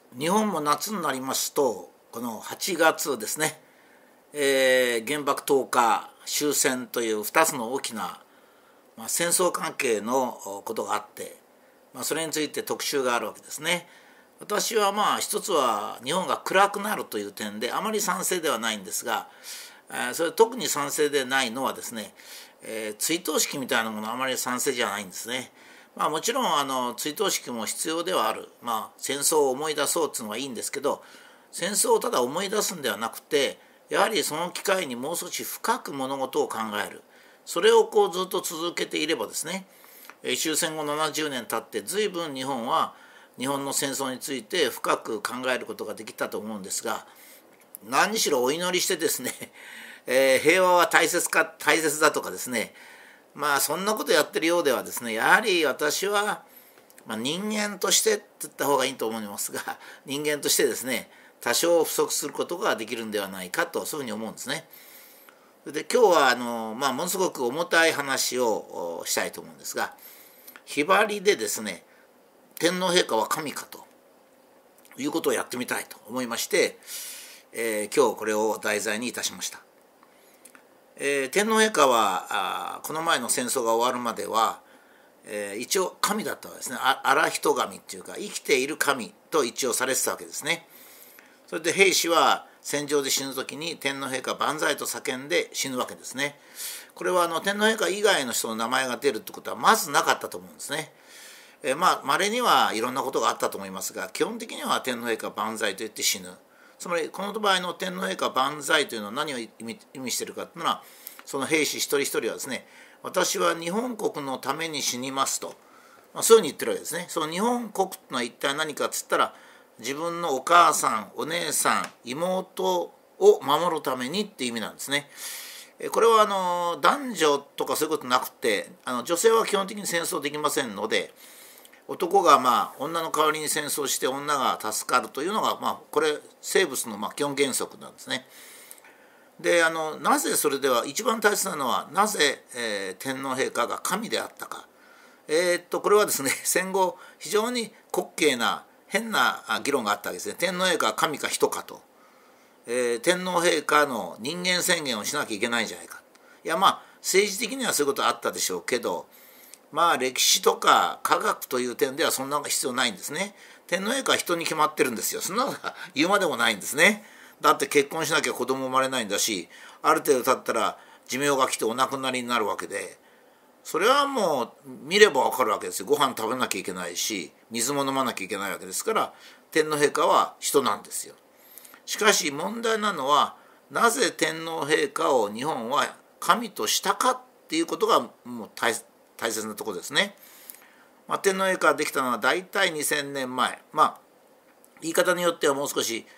日本も夏になりますとこの8月ですね、原爆投下終戦という2つの大きな、戦争関係のことがあって、それについて特集があるわけですね。私は一つは日本が暗くなるという点であまり賛成ではないんですが、それ特に賛成でないのはですね、追悼式みたいなものはあまり賛成じゃないんですね。もちろん追悼式も必要ではある、戦争を思い出そうっていうのはいいんですけど、戦争をただ思い出すんではなくて、やはりその機会にもう少し深く物事を考える、それをずっと続けていればですね、終戦後70年経って随分日本は日本の戦争について深く考えることができたと思うんですが、何にしろお祈りしてですね、平和は大切だとかですね、そんなことやってるようではですね、やはり私は、人間としてって言った方がいいと思いますが、人間としてですね、多少不足することができるんではないかと、そういうふうに思うんですね。で今日はものすごく重たい話をしたいと思うんですが、ひばりでですね、天皇陛下は神かということをやってみたいと思いまして、今日これを題材にいたしました。天皇陛下はこの前の戦争が終わるまでは、一応神だったわけですね。荒人神っていうか生きている神と一応されてたわけですね。それで兵士は戦場で死ぬ時に天皇陛下万歳と叫んで死ぬわけですね。これは天皇陛下以外の人の名前が出るってことはまずなかったと思うんですね。稀にはいろんなことがあったと思いますが、基本的には天皇陛下万歳と言って死ぬ。つまりこの場合の天皇陛下万歳というのは何を意味しているかというのは、その兵士一人一人はですね、私は日本国のために死にますと、そういうふうに言ってるわけですね。その日本国というのは一体何かっつったら、自分のお母さん、お姉さん、妹を守るためにっていう意味なんですね。これは男女とかそういうことなくて、女性は基本的に戦争できませんので、男が女の代わりに戦争して女が助かるというのが、これ生物の基本原則なんですね。でなぜそれでは一番大切なのはなぜ、天皇陛下が神であったか。これはですね、戦後非常に滑稽な変な議論があったわけですね。天皇陛下は神か人かと、天皇陛下の人間宣言をしなきゃいけないんじゃないか。いや政治的にはそういうことはあったでしょうけど、歴史とか科学という点ではそんな必要ないんですね。天皇陛下は人に決まってるんですよ。そんなのが言うまでもないんですね。だって結婚しなきゃ子供生まれないんだし、ある程度経ったら寿命が来てお亡くなりになるわけで、それはもう見れば分かるわけですよ。ご飯食べなきゃいけないし、水も飲まなきゃいけないわけですから、天皇陛下は人なんですよ。しかし問題なのは、なぜ天皇陛下を日本は神としたかっていうことがもう大切なところですね。天皇陛下ができたのは大体2000年前、言い方によってはもう少し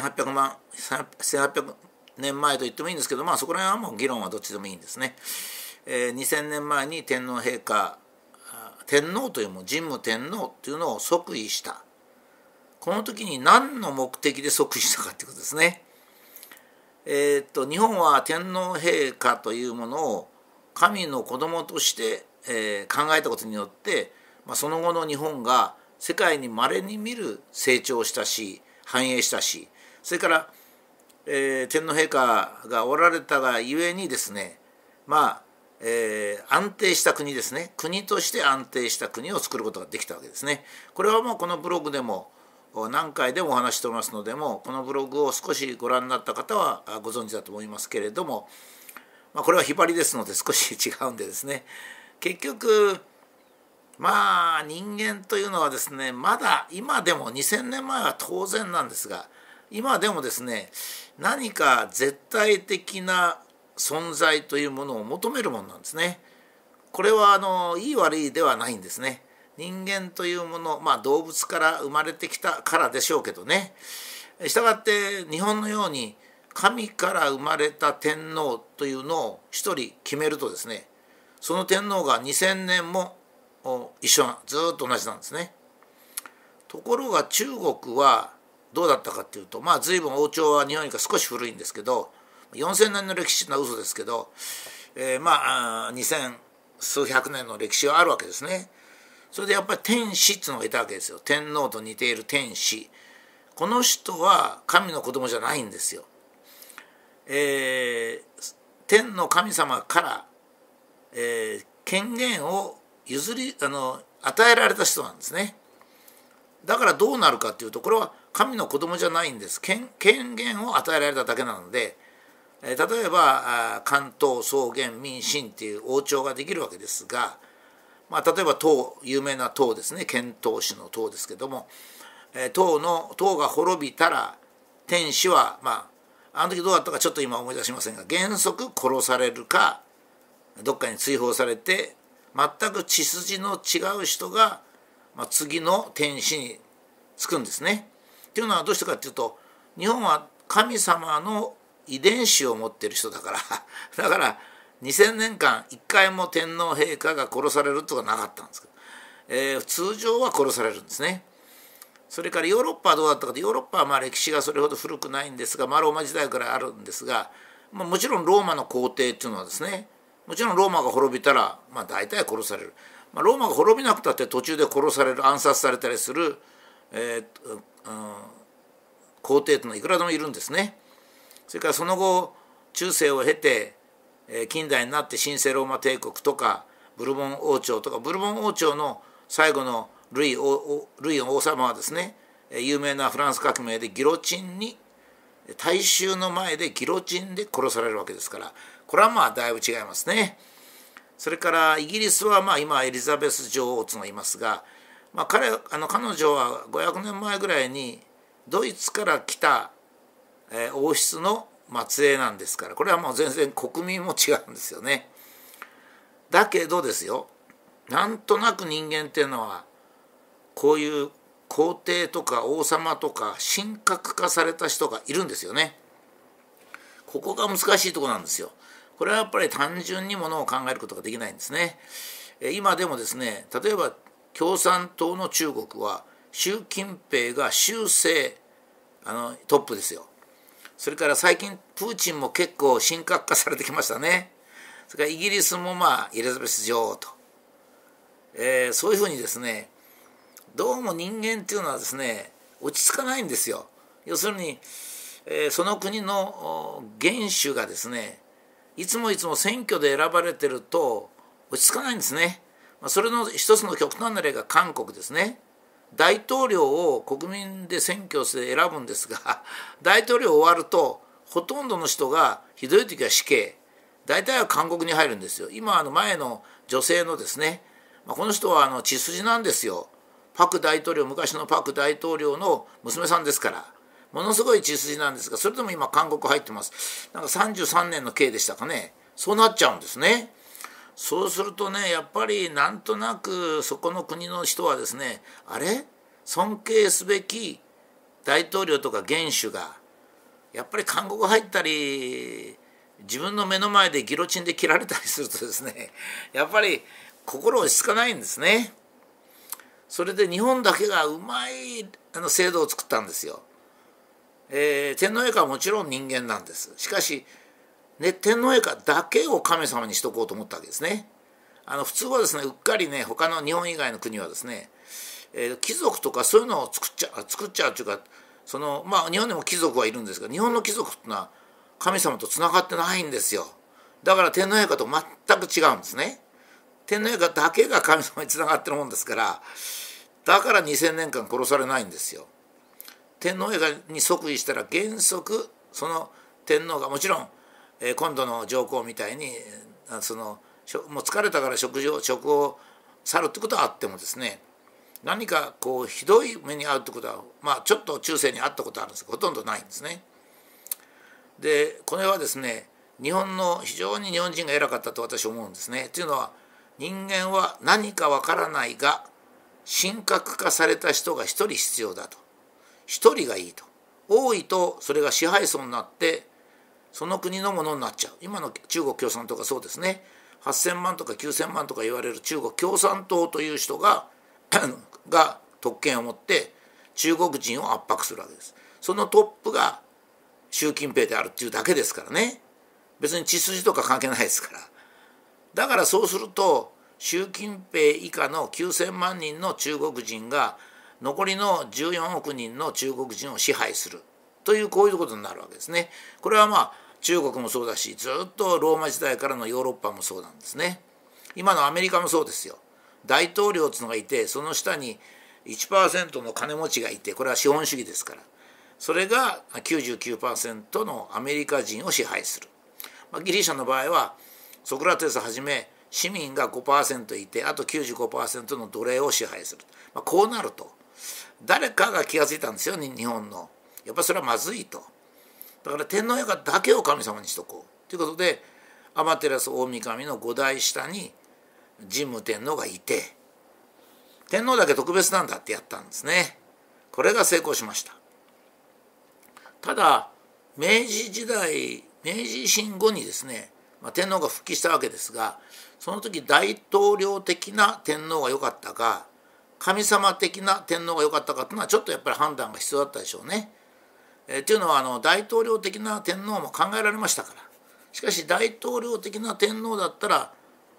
1800年前と言ってもいいんですけど、そこら辺はもう議論はどっちでもいいんですね。2000年前に天皇陛下、天皇という神武天皇というのを即位した。この時に何の目的で即位したかということですね。日本は天皇陛下というものを神の子供として、考えたことによって、その後の日本が世界に稀に見る成長したし繁栄したし、それから、天皇陛下がおられたがゆえにですね、安定した国ですね、国として安定した国を作ることができたわけですね。これはもうこのブログでも何回でもお話ししておりますので、このブログを少しご覧になった方はご存知だと思いますけれども、これはひばりですので少し違うんでですね、結局人間というのはですね、まだ今でも2000年前は当然なんですが、今でもですね、何か絶対的な存在というものを求めるものなんですね。これはいい悪いではないんですね。人間というもの、動物から生まれてきたからでしょうけどね。したがって日本のように神から生まれた天皇というのを一人決めるとですね、その天皇が2000年も一緒ずっと同じなんですね。ところが中国はどうだったかっていうと、随分王朝は日本よりか少し古いんですけど、4000年の歴史の嘘ですけど、2000数百年の歴史があるわけですね。それでやっぱり天子っていうのがいたわけですよ。天皇と似ている天子。 この人は神の子供じゃないんですよ。天の神様から、権限を与えられた人なんですね。だからどうなるかというと、これは神の子供じゃないんです。権限を与えられただけなので、例えば関東草原民進っていう王朝ができるわけですが、例えば有名な唐ですね、遣唐使の唐ですけども、唐が滅びたら天子はあの時どうだったかちょっと今思い出しませんが、原則殺されるかどっかに追放されて、全く血筋の違う人が、次の天子につくんですね。っていうのはどうしてかっていうと、日本は神様の遺伝子を持っている人だからだから2000年間一回も天皇陛下が殺されることがなかったんですけど、通常は殺されるんですね。それからヨーロッパはどうだったかと、ヨーロッパは歴史がそれほど古くないんですが、ローマ時代からあるんですが、もちろんローマの皇帝っていうのはですね、もちろんローマが滅びたら大体殺される、ローマが滅びなくたって途中で殺される、暗殺されたりする、皇帝というのはいくらでもいるんですね。それからその後中世を経て、近代になって神聖ローマ帝国とかブルボン王朝とか、ブルボン王朝の最後のルイ王様はですね、有名なフランス革命でギロチンに、大衆の前でギロチンで殺されるわけですから、これはだいぶ違いますね。それからイギリスは今エリザベス女王というのがいますが、彼女は500年前ぐらいにドイツから来た王室の末裔なんですから、これはもう全然国民も違うんですよね。だけどですよ、なんとなく人間っていうのはこういう皇帝とか王様とか神格化された人がいるんですよね。ここが難しいところなんですよ。これはやっぱり単純にものを考えることができないんですね。今でもですね、例えば共産党の中国は習近平が終生トップですよ。それから最近プーチンも結構神格化されてきましたね。それからイギリスもエリザベス女王と、そういうふうにですね、どうも人間っていうのはですね、落ち着かないんですよ。要するに、その国の元首がですね、いつも選挙で選ばれてると落ち着かないんですね。それの一つの極端な例が韓国ですね。大統領を国民で選挙して選ぶんですが、大統領終わるとほとんどの人がひどい時は死刑、大体は監獄に入るんですよ。今前の女性のですね、この人は血筋なんですよ。パク大統領、昔のパク大統領の娘さんですから、ものすごい血筋なんですが、それでも今監獄入ってます。なんか33年の刑でしたかね。そうなっちゃうんですね。そうするとね、やっぱりなんとなくそこの国の人はですね、あれ尊敬すべき大統領とか元首がやっぱり監獄入ったり、自分の目の前でギロチンで切られたりするとですね、やっぱり心落ち着かないんですね。それで日本だけがうまい制度を作ったんですよ。天皇陛下はもちろん人間なんです。しかし、天皇陛下だけを神様にしとこうと思ったわけですね。普通はですね、うっかりね、他の日本以外の国はですね、貴族とかそういうのを作っちゃうというか、日本でも貴族はいるんですが、日本の貴族っていうのは神様とつながってないんですよ。だから天皇陛下と全く違うんですね。天皇陛下だけが神様につながってるもんですから、だから2000年間殺されないんですよ。天皇陛下に即位したら原則その天皇が、もちろん今度の上皇みたいにもう疲れたから職を去るってことはあってもですね、何かひどい目に遭うってことはちょっと中世にあったことあるんですが、ほとんどないんですね。でこれはですね、非常に日本人が偉かったと私は思うんですね。というのは、人間は何かわからないが神格化された人が一人必要だと。一人がいいと。多いとそれが支配層になってその国のものになっちゃう。今の中国共産党がそうですね。8000万とか9000万とか言われる中国共産党という人が特権を持って中国人を圧迫するわけです。そのトップが習近平であるっていうだけですからね。別に血筋とか関係ないですから。だからそうすると習近平以下の9000万人の中国人が残りの14億人の中国人を支配するというこういうことになるわけですね。これは中国もそうだし、ずっとローマ時代からのヨーロッパもそうなんですね。今のアメリカもそうですよ。大統領っていうのがいて、その下に 1% の金持ちがいて、これは資本主義ですから、それが 99% のアメリカ人を支配する。ギリシャの場合はソクラテスはじめ市民が 5% いて、あと 95% の奴隷を支配する。こうなると誰かが気が付いたんですよ、日本の。やっぱりそれはまずいと。だから天皇陛下だけを神様にしとこうということで、天照大神の5代下に神武天皇がいて、天皇だけ特別なんだってやったんですね。これが成功しました。ただ明治時代、明治維新後にですね、天皇が復帰したわけですが、その時大統領的な天皇が良かったか、神様的な天皇が良かったかというのはちょっとやっぱり判断が必要だったでしょうね。というのは大統領的な天皇も考えられましたから。しかし大統領的な天皇だったら、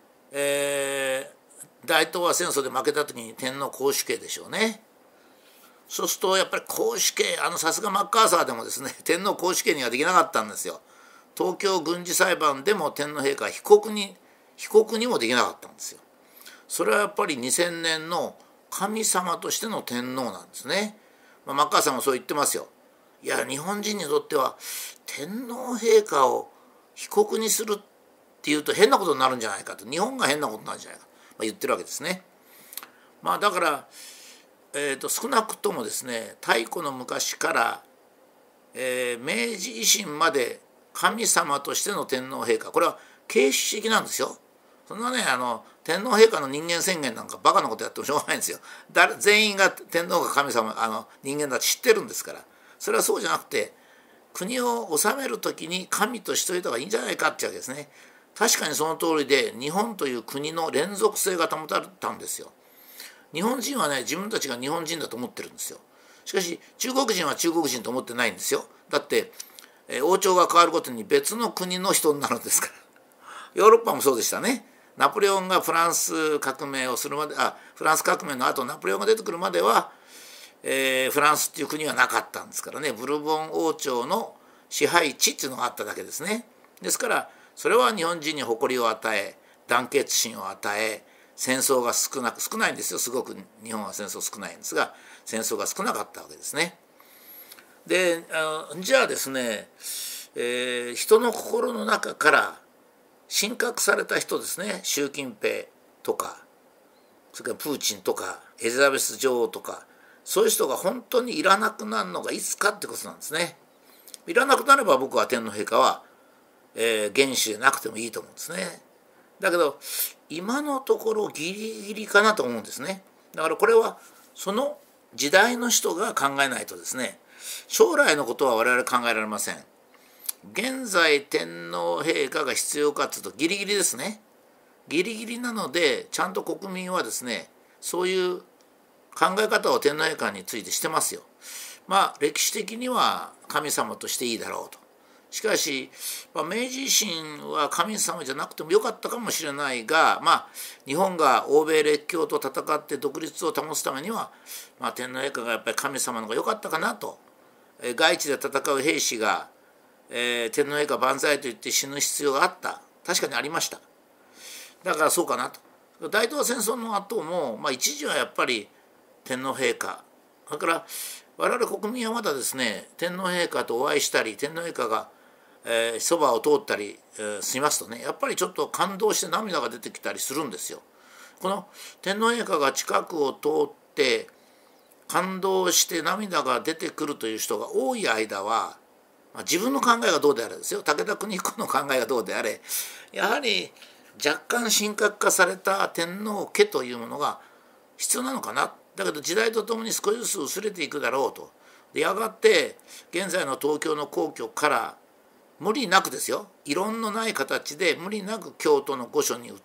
大東亜戦争で負けた時に天皇公主刑でしょうね。そうするとやっぱり公主刑、さすがマッカーサーでもですね、天皇公主刑にはできなかったんですよ。東京軍事裁判でも天皇陛下は被告にもできなかったんですよ。それはやっぱり2000年の神様としての天皇なんですね。マッカーサーもそう言ってますよ。いや、日本人にとっては天皇陛下を被告にするっていうと変なことになるんじゃないかと、日本が変なことになるんじゃないかと、言ってるわけですね。だから、少なくともですね、太古の昔から、明治維新まで神様としての天皇陛下、これは形式的なんですよ。そんなね、天皇陛下の人間宣言なんかバカなことやってもしょうがないんですよ。全員が天皇が神様、人間だって知ってるんですから。それはそうじゃなくて、国を治める時に神としといた方がいいんじゃないかっていうわけですね。確かにその通りで、日本という国の連続性が保たれたんですよ。日本人はね、自分たちが日本人だと思ってるんですよ。しかし中国人は中国人と思ってないんですよ。だって王朝が変わるごとに別の国の人になるんですから。ヨーロッパもそうでしたね。ナポレオンがフランス革命をするまで、フランス革命の後ナポレオンが出てくるまでは、フランスっていう国はなかったんですからね。ブルボン王朝の支配地っていうのがあっただけですね。ですからそれは日本人に誇りを与え、団結心を与え、戦争が少ないんですよ。すごく日本は戦争少ないんですが、戦争が少なかったわけですね。で、じゃあですね、人の心の中から神格された人ですね、習近平とか、それからプーチンとかエリザベス女王とか、そういう人が本当にいらなくなるのがいつかってことなんですね。いらなくなれば僕は天皇陛下は、元首でなくてもいいと思うんですね。だけど今のところギリギリかなと思うんですね。だからこれはその時代の人が考えないとですね、将来のことは我々考えられません。現在天皇陛下が必要かというとギリギリですね。ギリギリなので、ちゃんと国民はですね、そういう考え方を天皇陛下についてしてますよ。歴史的には神様としていいだろうと。しかし、明治維新は神様じゃなくてもよかったかもしれないが、日本が欧米列強と戦って独立を保つためには、天皇陛下がやっぱり神様の方が良かったかなと。外地で戦う兵士が、天皇陛下万歳と言って死ぬ必要があった。確かにありました。だからそうかなと。大東亜戦争の後も、一時はやっぱり天皇陛下、それから我々国民はまだですね、天皇陛下とお会いしたり、天皇陛下がそばを通ったりしますとね、やっぱりちょっと感動して涙が出てきたりするんですよ。この天皇陛下が近くを通って感動して涙が出てくるという人が多い間は、自分の考えがどうであれですよ、武田邦彦の考えがどうであれ、やはり若干神格化された天皇家というものが必要なのかな。だけど時代とともに少しずつ薄れていくだろうと。でやがて現在の東京の皇居から無理なくですよ、異論のない形で無理なく京都の御所に移って、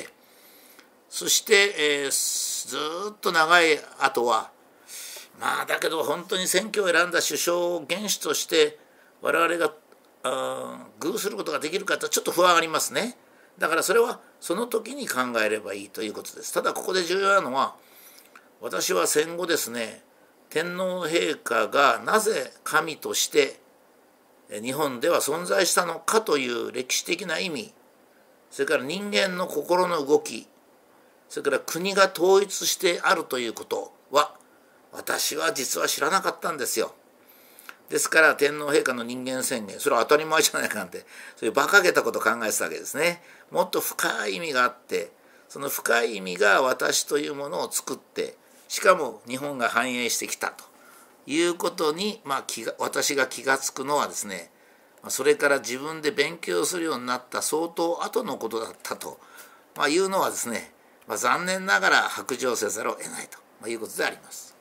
そして、ずっと長い後はだけど本当に選挙を選んだ首相を元首として我々が遇することができるかとちょっと不安ありますね。だからそれはその時に考えればいいということです。ただここで重要なのは、 私は戦後ですね、天皇陛下がなぜ神として日本では存在したのかという歴史的な意味、それから人間の心の動き、それから国が統一してあるということは私は実は知らなかったんですよ。ですから天皇陛下の人間宣言、それは当たり前じゃないかなんて、そういう馬鹿げたことを考えてたわけですね。もっと深い意味があって、その深い意味が私というものを作って、しかも日本が繁栄してきたということに、私が気が付くのはですね、それから自分で勉強するようになった相当後のことだったと、いうのはですね、残念ながら白状せざるを得ないということであります。